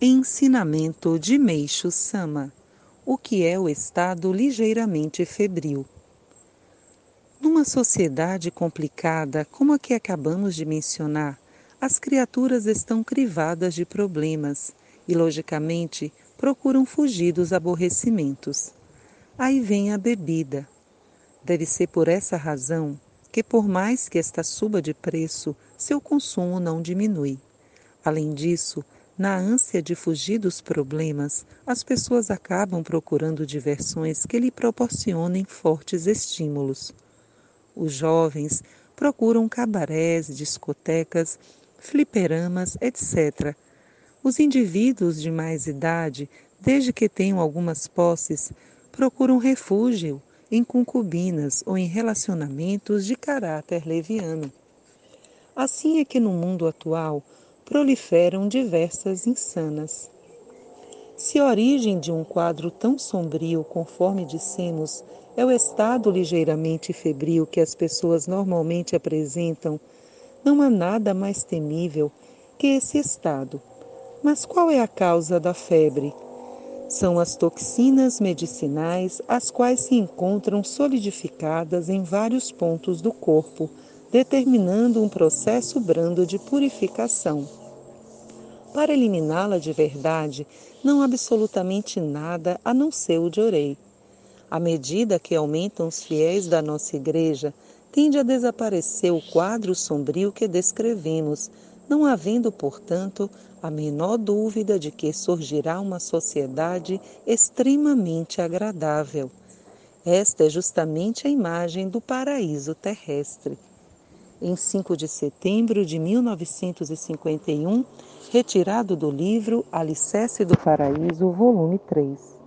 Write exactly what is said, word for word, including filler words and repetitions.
Ensinamento de Meishu Sama: o que é o estado ligeiramente febril? Numa sociedade complicada como a que acabamos de mencionar, as criaturas estão crivadas de problemas e, logicamente, procuram fugir dos aborrecimentos. Aí vem a bebida. Deve ser por essa razão que, por mais que esta suba de preço, seu consumo não diminui. Além disso, na ânsia de fugir dos problemas, as pessoas acabam procurando diversões que lhe proporcionem fortes estímulos. Os jovens procuram cabarés, discotecas, fliperamas, etcétera. Os indivíduos de mais idade, desde que tenham algumas posses, procuram refúgio em concubinas ou em relacionamentos de caráter leviano. Assim é que no mundo atual proliferam diversas insanas. Se a origem de um quadro tão sombrio, conforme dissemos, é o estado ligeiramente febril que as pessoas normalmente apresentam, não há nada mais temível que esse estado. Mas qual é a causa da febre? São as toxinas medicinais, as quais se encontram solidificadas em vários pontos do corpo, determinando um processo brando de purificação. Para eliminá-la de verdade, não há absolutamente nada a não ser o Jorei. À medida que aumentam os fiéis da nossa igreja, tende a desaparecer o quadro sombrio que descrevemos, não havendo, portanto, a menor dúvida de que surgirá uma sociedade extremamente agradável. Esta é justamente a imagem do paraíso terrestre. Em cinco de setembro de mil novecentos e cinquenta e um, retirado do livro Alicerce do Paraíso, volume três.